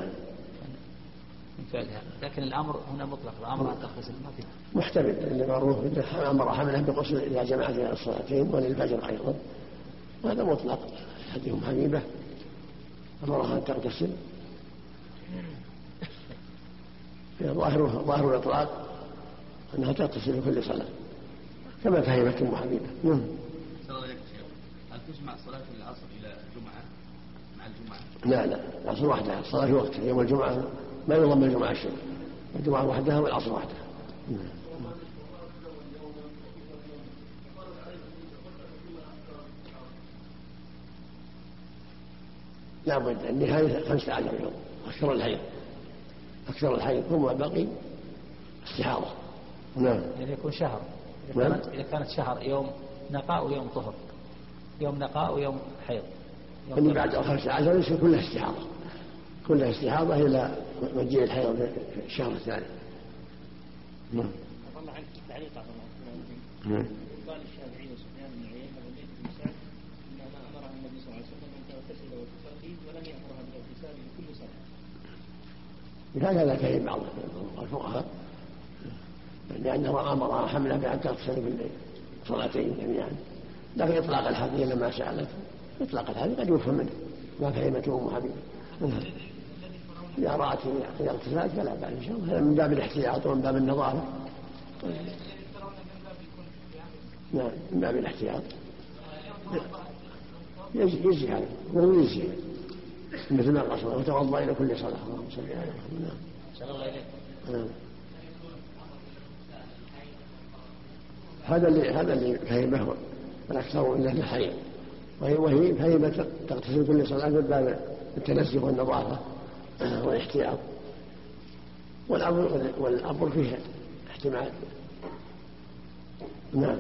من فعلها، لكن الأمر هنا مطلق، الأمر أن تغتسل ما فيه محتمل. اللي معروف أمر حمله بغسل إذا جمعت بين الصلاتين وللفجر أيضا، هذا مطلق. حديث أم حبيبة أمرها أن تغتسل ظاهر الإطلاق أنها تغتسل كل صلاة كما فهمت أم حبيبة. هل تجمع صلاة العصر إلى الجمعة مع الجمعة؟ لا العصر وحدها، الصلاة في وقتها. يوم الجمعة ما يضم الجمعة شيء، الجمعة وحدها والعصر وحدها. لا بد النهاية 15 يوم أكثر الحيض ثم الباقي استحاضة. نعم. يعني يكون شهر إذا كانت شهر، يوم نقاء ويوم طهر، يوم نقاء ويوم حيض. اللي بعد 15 يصير كلها استحاضة إلى مجيء الحيض في الشهر الثاني. نعم. الله عنك تعليق قال الشافعي وسفيان بن عيينة والليث بن سعد إنما أمرها النبي صلى الله عليه وسلم أن تغتسل وتصلي ولم يأمرها بالاغتسال لكل صلاة. هذا كلام بعض الفقهاء لأنه أمرها حملها بأن تغتسل في صلاتين جميعا، لكن إطلاق الحديث لما سألت إطلاق الحديث قد يفهم منه ما فهمته أم حبيبة. إذا رأت الاغتسال فلا بأس إن شاء الله، هذا من باب الاحتياط ومن باب النظافة. نعم من باب الاحتياط يجزي هذا ويجزي مثل ما قصر وتوضأ إلى كل صلاة. اللهم صل على محمد. صلى الله عليه وسلم. هذا اللي فهمه الأكثر إلا الحيض، وهي فهمت تغتسل كل صلاة من باب التنزه والنظافة والاحتياط، والأمر فيها احتمال. نعم.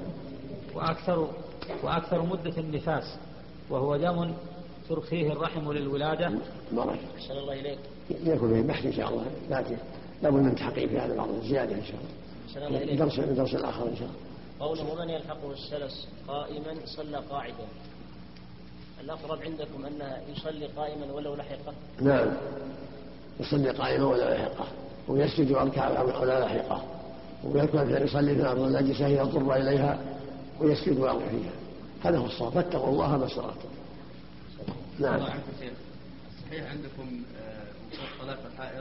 وأكثر مدة النفاس وهو دم ترخيه الرحم للولادة. صلى الله إليك. يكون فيه بحث إن شاء الله، لكن لابد من تحقيق في هذا بعض الزيادة إن شاء الله. درس الآخر إن شاء الله. قوله من يلحقه السلس قائما صلى قاعدا، الأقرب عندكم أنها يصلي قائما ولو لحقه؟ نعم يصلي قائما ولا لحقه، ويسجد ويركع ولا لحقه، ويكون يصلي في الأرض النجسة يضطر إليها ويسجد ويركع فيها. هذا هو الصواب، فاتقوا الله ما استطعتم. نعم. صحيح عندكم طلاق الحائض؟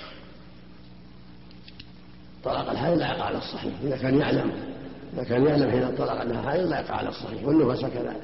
طلاق الحائض لا يقع على الصحيح إذا كان يعلم حين طلق أنها حائض لا يقع على الصحيح، والنفس كذلك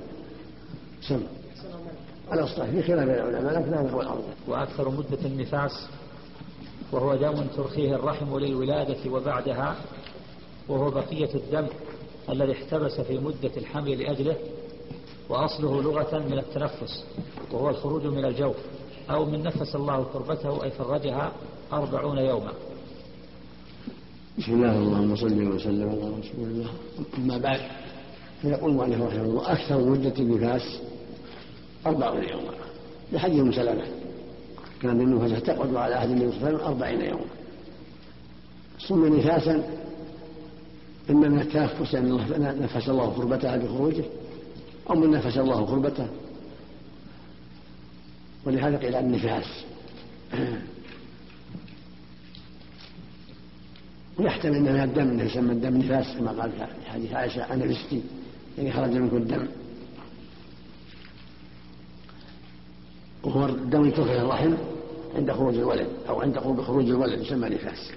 على الصحيح في خلاف العلماء، لكن هذا هو الأرض. وأكثر مدة النفاس وهو دم ترخيه الرحم للولادة وبعدها، وهو بقية الدم الذي احتبس في مدة الحمل لأجله، وأصله لغة من التنفس وهو الخروج من الجوف أو من نفس الله كربته أي فرجها 40 يوما. بسم الله اللهم صل وسلم على رسول الله. أما بعد فيقول المؤلف رحمه الله أكثر مدة النفاس 40 يوما، لحديث أم سلمة كان النفاس تقعد على عهد النبي صلى الله عليه وسلم 40 يوما. سمي نفاسا إما من التنفس أن نفس الله كربتها بخروجه، أو من نفس الله كربته، ولهذا قيل النفاس. ويحتمل أنه من الدم، أنه يسمى الدم نفاس كما قال في حديث عائشة أنا نفستي، يعني خرج منكم الدم، وهو الدم يتركه الرحم عند خروج الولد أو عند خروج الولد يسمى نفاس،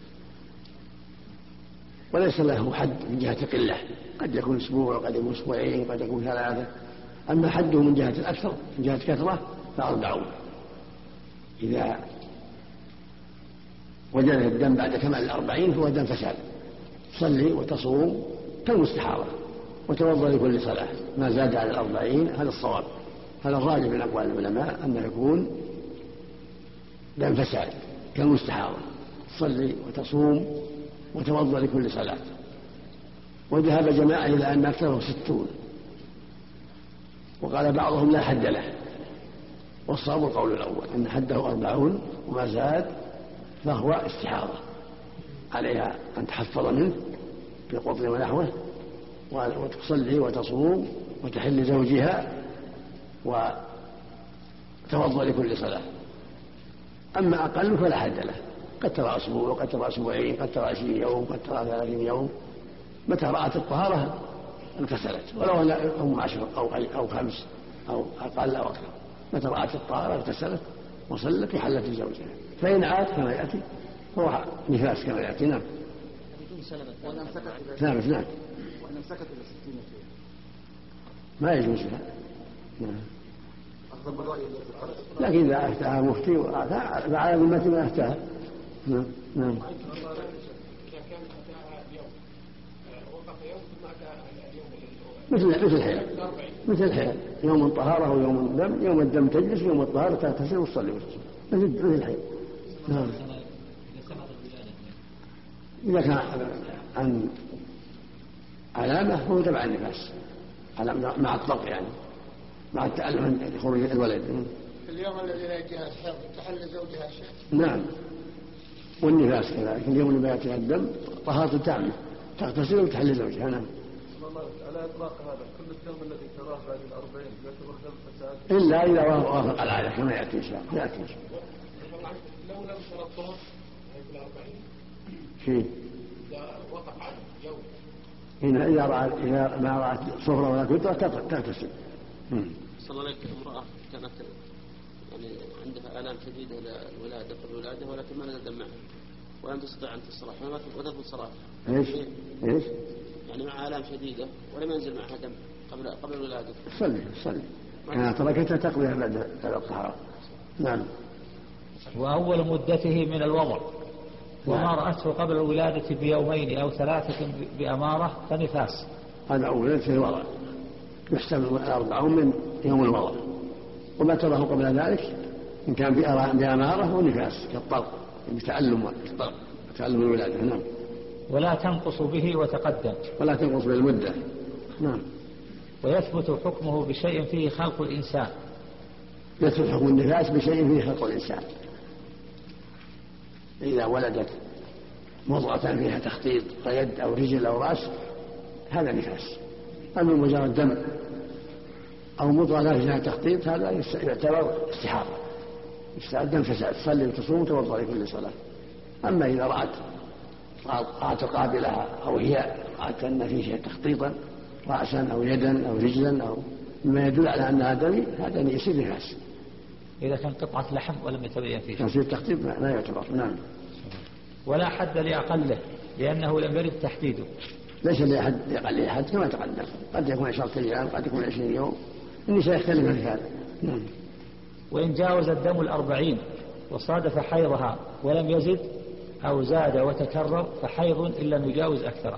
وليس له حد من جهة قلة، قد يكون أسبوع وقد يكون أسبوعين وقد يكون 3. أما حده من جهة الأكثر من جهة كثرة ف40. إذا وجد الدم بعد كمال 40 فهو دم فساد، تصلي وتصوم كالمستحاضة وتوضأ لكل صلاة، ما زاد على 40 هذا الصواب، هذا الراجح من أقوال العلماء أنه يكون دم فساد كالمستحاضة، تصلي وتصوم وتوضأ لكل صلاة. وذهب جماعة إلى أن أكثره 60، وقال بعضهم لا حد له، والصواب القول الأول أن حده 40 وما زاد فهو استحاضة، عليها أن تحفظ منه بقطن ونحوه وتصلي وتصوم وتحل زوجها وتوضأ لكل صلاة. أما أقل فلا حد له، قد ترى أسبوع وقد ترى أسبوعين قد ترى 20 يوم قد ترى 30 يوم، متى رأت الطهارة اغتسلت ولو هم 10 أو 5 أو أقل أو أكثر، متى رأت الطهارة اغتسلت وصلت وحلت لزوجها. فإن عاد كما يأتي هو نفاس كما يأتي. نعم. بدون سلمة ثابت. نعم. وإن امسكت إلى 60 شيء ما يجوز لها. نعم. أخذ بالرأي لكن إذا أفتاها مفتي فعلى ذمة ما أفتاها. نعم. نعم. إذا كان أتاها اليوم وقف يوم ثم أتاها اليوم مثل الحيض يوم طهارة ويوم الدم. يوم الدم تجلس، يوم الطهارة تغتسل وتصلي مثل الحيض. نعم. إذا كان عن علامة فهو تبع النفاس مع الطلق، يعني مع التألم عند خروج الولد. في اليوم الذي لا يأتيها الحيض تحل زوجها شيء. نعم. والنفاس كذلك اليوم اللي يأتيها الدم طهارة تامة تغتسل وتحل زوجها. نعم. على إطلاق هذا كل الدم الذي تراه بعد 40 يعتبر دم فساد إلا إذا وافق العادة كما يأتي إن شاء الله. لو لم شرطه في 40 شيء إذا وقف عنه يوم هنا إذا ما رأت صفرة ولا كترة تغتسل. صلى الله عليه امرأة كانت يعني عندها آلام شديدة للولادة قبل الولادة ولكن ما نزل دمها ولم تستطيع أن تصلح وتدخل صلاتها. إيش؟ يعني مع آلام شديدة ولم ينزل معها دم قبل الولادة. صلي أنا تركتها تقضيها بعد الطهارة. نعم. وأول مدته من الوضع وما رأته قبل الولادة بيومين أو 3 بأمارة فنفاس. هذا أول في الوضع يحسب 40 من يوم الوضع، وما تراه قبل ذلك إن كان بأمارة ونفاس كالطلق بتألم الولادة. نعم. ولا تنقص به وتقدم. ولا تنقص بالمدة. نعم. ويثبت حكمه بشيء فيه خلق الإنسان. يثبت حكم النفاس بشيء فيه خلق الإنسان. إذا ولدت مضغة فيها تخطيط كيد أو رجل أو رأس هذا نفاس. أما مجرد دم أو مضغة فيها تخطيط هذا يعتبر استحاضة، يستعد فساد. تصلي وتصوم وتوضأ لكل صلاة. أما إذا رأت قابلها أو هي رأت أن فيه شيء تخطيطا رأسا أو يدا أو رجلا أو مما يدل على أنها دمي هذا يصير نفاس. إذا كان قطعة لحم ولم يتبين فيه يصير تخطيط ما يعتبر. نعم. ولا حد لأقله لأنه لم يرد تحديده. ليس لأقل أحد كما تقدم، قد يكون 10 أيام قد يكون 20 يوم. النساء يختلف في هذا. نعم. وإن جاوز الدم 40 وصادف حيضها ولم يزد أو زاد وتكرر فحيض إن لم يجاوز أكثره.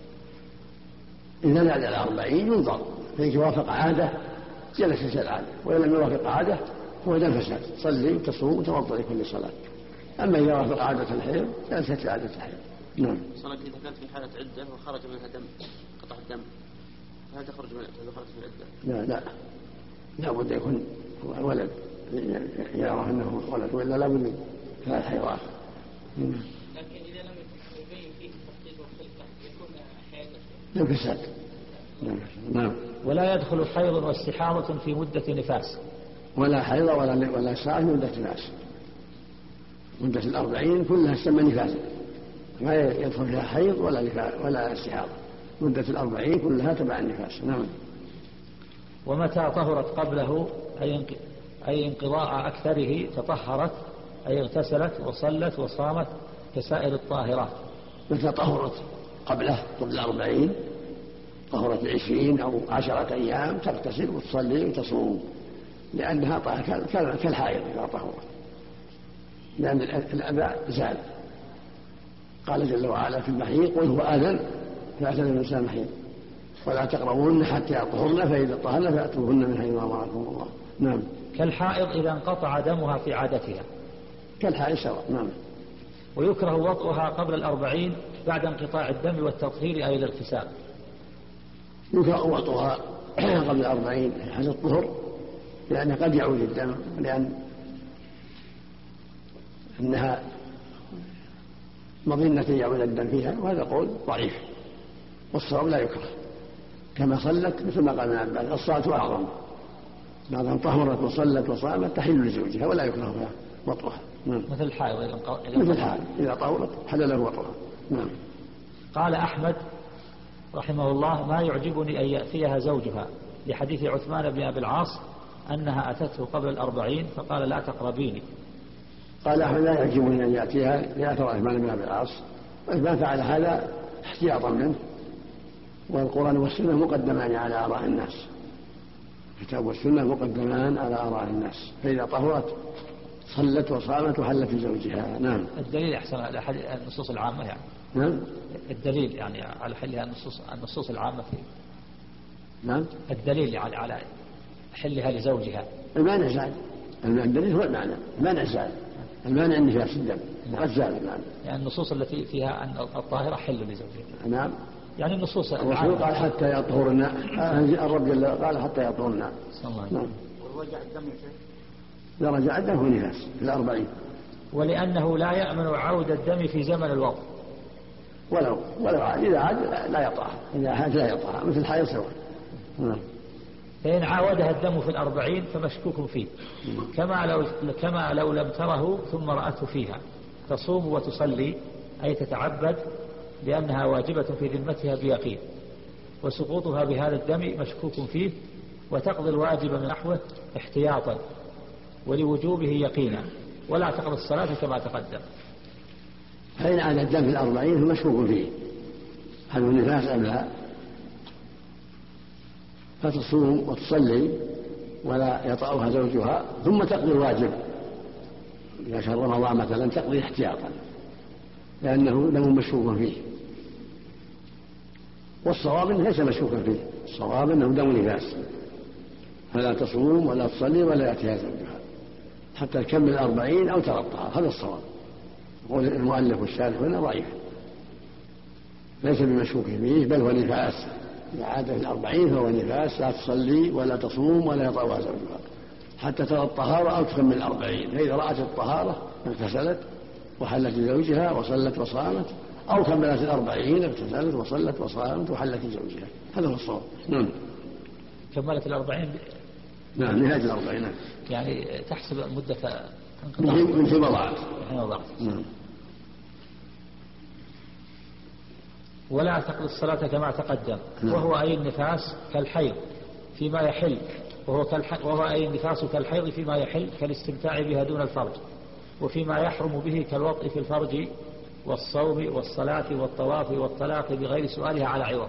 إذا زاد 40 ينظر فإن وافق عادة جلست العادة، وإن لم يوافق عادة هو دم فساد. صلي وتصوم وتوضأ لكل صلاة. أما إذا وافق عادة الحيض جلست عادة الحيض. نعم. صلاة إذا كانت في حالة عدة وخرج منها دم قطع الدم فهل تخرج من العدة؟ لا بد يكون ولد يعرف أنه ولد وإلا لا بد من 3 حيضات. لكن إذا لم يبين فيه التخطيط والخلقة يكون حيضا. دم فساد. نعم. ولا يدخل حيض واستحاضة في مدة نفاس. ولا حيض ولا ساعة في مدة نفاس. مدة 40 كلها تسمى نفاسا، ما يدخل فيها حيض ولا استحاضة. مدة 40 كلها تبع النفاس. نعم. ومتى طهرت قبله أي انقضاء أكثره تطهرت أي اغتسلت وصلت وصامت كسائر الطاهرات. متى طهرت قبل 40 طهرت 20 أو 10 أيام تغتسل وتصلي وتصوم لأنها كالحائض إذا طهرت، لأن الأذى زال. قال جل وعلا في المحيض قل هو آذن فاعتزلوا النساء المحيض ولا تقربوهن حتى يطهرن فإذا طهرن فأتوهن من حيث أمركم الله. نعم. كالحائض إذا انقطع دمها في عادتها. كالحائض سواء. نعم. ويكره وطئها قبل 40 بعد انقطاع الدم والتطهير أي الاغتسال. يكره وطئها قبل 40 حتى الطهر لأن قد يعود الدم، لأن أنها مظنة يعود الدم فيها، وهذا قول ضعيف والصواب لا يكره. كما صلت مثل ما قال ابن عباس الصلاة أعظم، بعد أن طهرت وصلت وصامت تحل لزوجها ولا يكره فيها وطئها. مثل الحائض مثل الحائض إذا طهرت حل له وطئها. نعم. قال أحمد رحمه الله ما يعجبني أن يأتيها زوجها لحديث عثمان بن أبي العاص أنها أتته قبل 40 فقال لا تقربيني، قال أحمد لا يعجبني أن يأتيها لأثر عثمان بن أبي العاص، وعثمان فعل هذا احتياطا منه، والقرآن والسنة مقدمان على آراء الناس، الكتاب والسنة مقدمان على آراء الناس، فإذا طهرت صلت وصامت وحلت لزوجها. نعم. الدليل أحسن على النصوص العامة يعني. نعم. الدليل يعني على حلها النصوص العامة في. نعم. الدليل يعني على حلها لزوجها. المانع زال. الدليل هو المعنى، المانع زال. المانع النفاس الدم قد زال المعنى. يعني النصوص التي فيها أن الطاهرة حل لزوجها. نعم. يعني النصوص الرسول قال حتى يطهرن، الرب جل قال حتى يطهرن. نعم. ورجع الدم يا شيخ؟ لا رجع الدم هو نفاس في 40. ولأنه لا يأمن عود الدم في زمن الوضع. ولو عاد، إذا عاد لا يطأها، إذا عاد لا يطأها، مثل الحيض سواء. فإن عاودها الدم في 40 فمشكوك فيه، كما لو لم تره ثم رأته فيها، تصوم وتصلي أي تتعبد لأنها واجبة في ذمتها بيقين، وسقوطها بهذا الدم مشكوك فيه، وتقضي الواجب من نحوه احتياطا ولوجوبه يقينا، ولا تقضي الصلاة كما تقدم. فإن عاد الدم في 40 فمشكوك فيه، هل هو نفاس أم لا؟ فتصوم وتصلي ولا يطأها زوجها، ثم تقضي الواجب إذا كان رمضان مثلا، تقضي احتياطا لأنه دم مشكوك فيه، والصواب أنه ليس مشكوكا فيه، الصواب أنه دم نفاس، فلا تصوم ولا تصلي ولا يأتيها زوجها حتى تكمل 40 أو ترطها، هذا الصواب. يقول المؤلف والشارح هنا ضعيف، ليس بمشكوك فيه، بل هو نفاس، إذا عاد في 40 فهو نفاس، لا تصلي ولا تصوم ولا يطأها زوجها حتى ترى الطهارة أو تكمل 40. فإذا رأت الطهارة اغتسلت وحلت لزوجها وصلت وصامت، أو كملت 40 اغتسلت وصلت وصامت وحلت لزوجها، هذا هو الصواب. نعم. كملت 40. نعم، نهاية 40. يعني تحسب مدة من في وضعت. نعم. ولا تقضي الصلاة كما تقدم. وهو أي النفاس كالحيض فيما يحل، وهو أي النفاس كالحيض فيما يحل كالاستمتاع بها دون الفرج، وفيما يحرم به كالوطء في الفرج والصوم والصلاة والطواف والطلاق بغير سؤالها على عوض.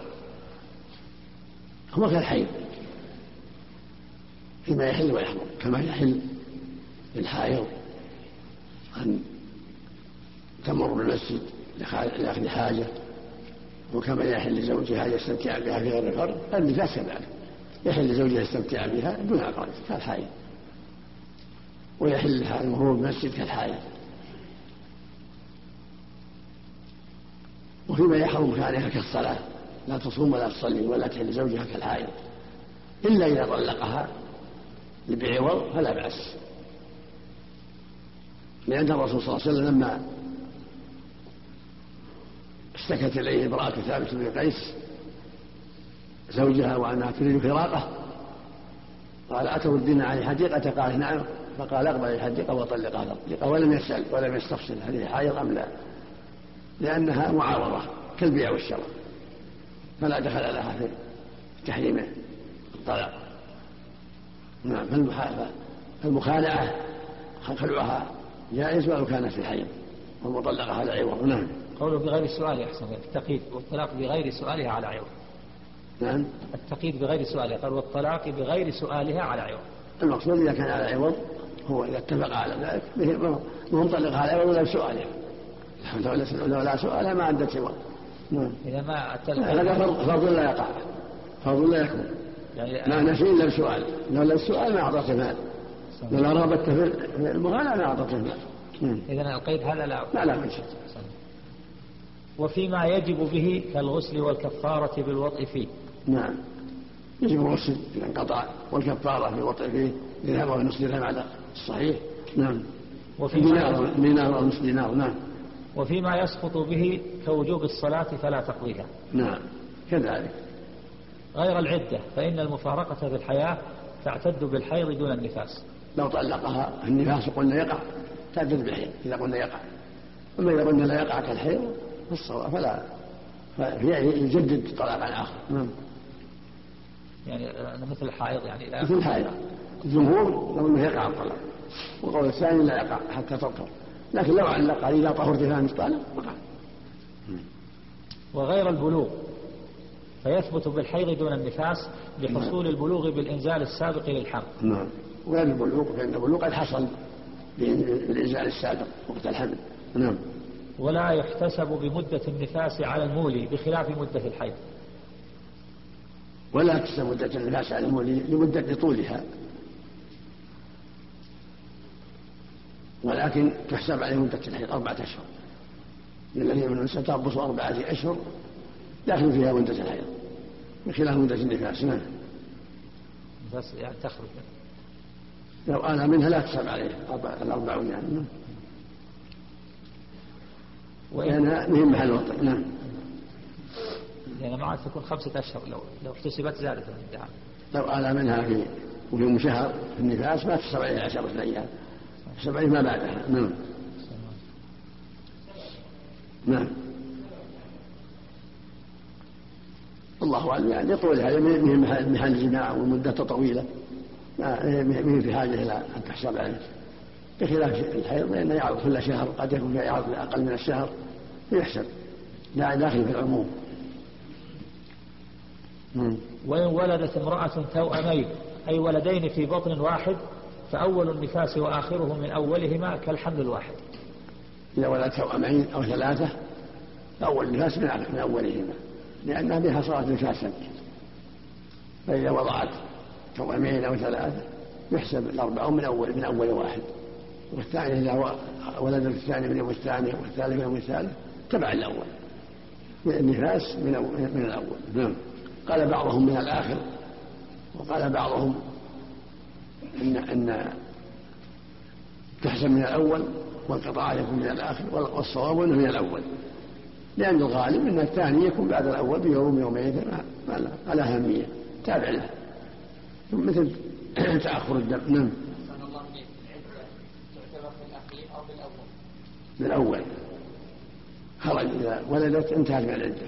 هو كالحيض فيما يحل ويحرم، كما يحل الحائض أن تمر بالمسجد لأخذ حاجة، وكما يحل لزوجها يستمتع بها في غير الفرج، النفاس كذلك يحل لزوجها يستمتع بها دون فرج كالحائض، ويحل لها المرور بالمسجد كالحائض. وفيما يحرم كانها كالصلاة، لا تصوم ولا تصلي ولا تحل لزوجها كالحائض، إلا إذا طلقها بعوض فلا بأس، لأن الرسول صلى الله عليه وسلم لما اشتكت إليه امرأة ثابت بن قيس زوجها وأنها تريد فراقه، قال أتردين عن الحديقة؟ قال نعم، فقال اقبل الحديقة وطلقها الحديقة، ولم يسأل ولم يستفسر هذه حائض أم لا، لأنها معارضة كالبيع والشراء، فلا دخل لها في تحريم الطلاق. نعم. فالمخالعة خلعها جائز ولو كانت في الحيض، والمطلقة على عوض. نعم. قوله بغير سؤال أحسن، التقييد والطلاق بغير سؤالها على عوض. نعم. التقييد بغير سؤالها، قال والطلاق بغير سؤالها على عوض. المقصود إذا كان على عوض هو إذا اتفق على ذلك وهم طلقها على عوض ولا بسؤالها، لو لا سؤالها ما عندت عوض. نعم. إذا ما هذا فرض لا يقع، فرض لا يكون، يعني ما نفي إلا بسؤال، لو لا السؤال ما أعطته المال، لو رغبت في المغالى ما أعطته المال. إذن القيد هذا لا من شيء. وفيما يجب به كالغسل والكفارة بالوطء فيه. نعم، يجب الغسل إذا انقطع، والكفارة بالوطء فيه درهم أو نصف درهم على الصحيح. نعم. دينار أو نصف دينار. نعم. وفيما يسقط به كوجوب الصلاة فلا تقضيها. نعم كذلك. غير العدة، فإن المفارقة في الحياة تعتد بالحيض دون النفاس. لو طلقها النفاس قلنا يقع تعتد بالحيض إذا قلنا يقع، أما إذا قلنا لا يقع كالحيض فالصواب فلا يجدد طلاقا آخر. نعم. يعني مثل الحائض، يعني لا مثل الحائض الجمهور لو أنه يقع الطلاق، والقول الثاني لا يقع حتى تطهر. لكن لو علق قال إذا طهرت فلم طالق وقال. وغير البلوغ فيثبت بالحيض دون النفاس لحصول البلوغ بالإنزال السابق للحمل. نعم. وغير البلوغ فإن البلوغ قد حصل بالإنزال السابق وقت الحمل. نعم. ولا يحتسب بمدة النفاس على المولي بخلاف مدة الحيض. ولا تحسب مدة النفاس على المولي لطولها، ولكن تحسب عليه مدة الحيض 4 أشهر، للذين من ستربص 4 أشهر داخل فيها مدة الحيض بخلاف مدة النفاس. نعم. بس يعني تخرج لو آل منها لا تحسب عليه 40 يعني. لأنها مهم محل وطن. نعم. لأن ما عاد تكون 5 أشهر لو احتسبت زادت الادعاء. لو آل منها وفي شهر في النفاس ما تحسب عليه 10 أيام، تحسب عليه ما بعدها. نعم. نعم. الله أعلم يعني لطولها من محل الجماع والمدة طويلة ما في حاجة إلى أن تحسب عليه بخلاف الحيض، لأنه يعرض كل شهر قد يكون في يعرض أقل من الشهر فيحسب لا داخل في العموم. وإن ولدت امرأة توأمين أي ولدين في بطن واحد فأول النفاس وآخره من أولهما كالحمل الواحد. إذا ولدت توأمين أو 3 أول النفاس من أولهما لأنها بها صارت نفاسا. فإذا وضعت توأمين أو 3 يحسب 4 من أول واحد، والثاني إذا ولدت الثاني من يوم الثاني والثالث من يوم الثالث تبع الأول النفاس من الأول. نعم. قال بعضهم من الآخر، وقال بعضهم إن تحسب من الأول والقطاع يكون من الآخر، والصواب أنه من الأول، لأن الغالب أن الثاني يكون بعد الأول بيوم يومين على أهمية تابع له، مثل تأخر الدم. نعم. بالأول خرج إذا ولدت انتهت من العدة.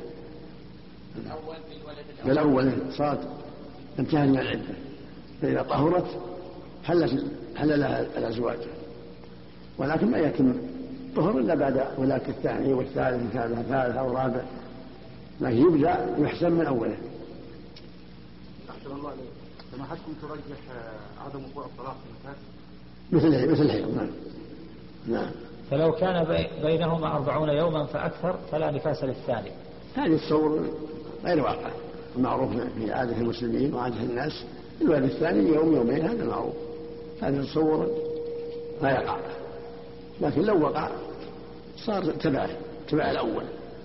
بالأول صارت انتهت من العدة، فإذا طهرت حل لها الأزواج، ولكن ما يتم طهر إلا بعد ولاك الثاني والثالث والثالث أو الرابع، لكن يبدأ يحسن من أوله. أحسن الله عليك. سماحتكم ترجح عدم وقوع الطلاق في النفاس مثل الحيض. نعم. نعم. فلو كان بينهما 40 يوما فأكثر فلا نفاس للثاني. هذه التصور غير واقع، المعروف في عادة المسلمين وعادة الناس الولد الثاني يوم يومين، هذا معروف. هذا التصور لا يقع، لكن لو وقع صار تبع الأول،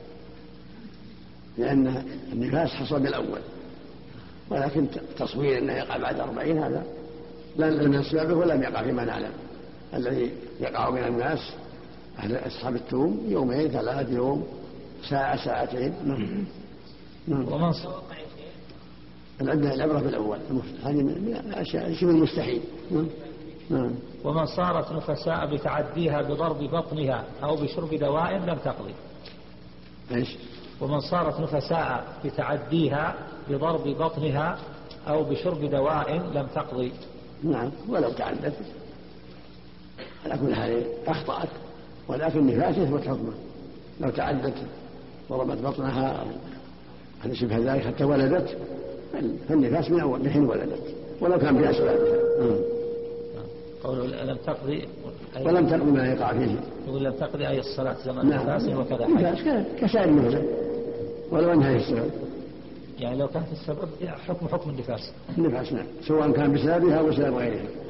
لأن النفاس حصل بالأول، ولكن تصوير أنه يقع بعد 40 هذا لا من أسبابه ولم يقع فيما نعلم. الذي يقع من الناس أهل أصحاب التوم 2 3 يوم ساعة 2 ومن العبرة بالأول، هذه من الأشياء شبه المستحيل. ومن صارت نفساء بتعديها بضرب بطنها أو بشرب دواء لم تقضي. ايش؟ ومن صارت نفساء بتعديها بضرب بطنها أو بشرب دواء لم تقضي. نعم. ولو تعدت على كل حال أخطأت، ولكن النفاس يثبت حكمه. لو تعدت ضربت بطنها أو شبه ذلك حتى ولدت فالنفاس من أول حين ولدت ولو كان في أسبابها. قوله لم تقضي ولم تقضي ما يقع فيه. يقول لم تقضي أي الصلاة زمن نفاس وكذا حيث كسائر النفاس ولو أنها السبب. يعني لو كانت السبب حكم النفاس. النفاس نعم، سواء كان بسببها أو بسبب غيرها.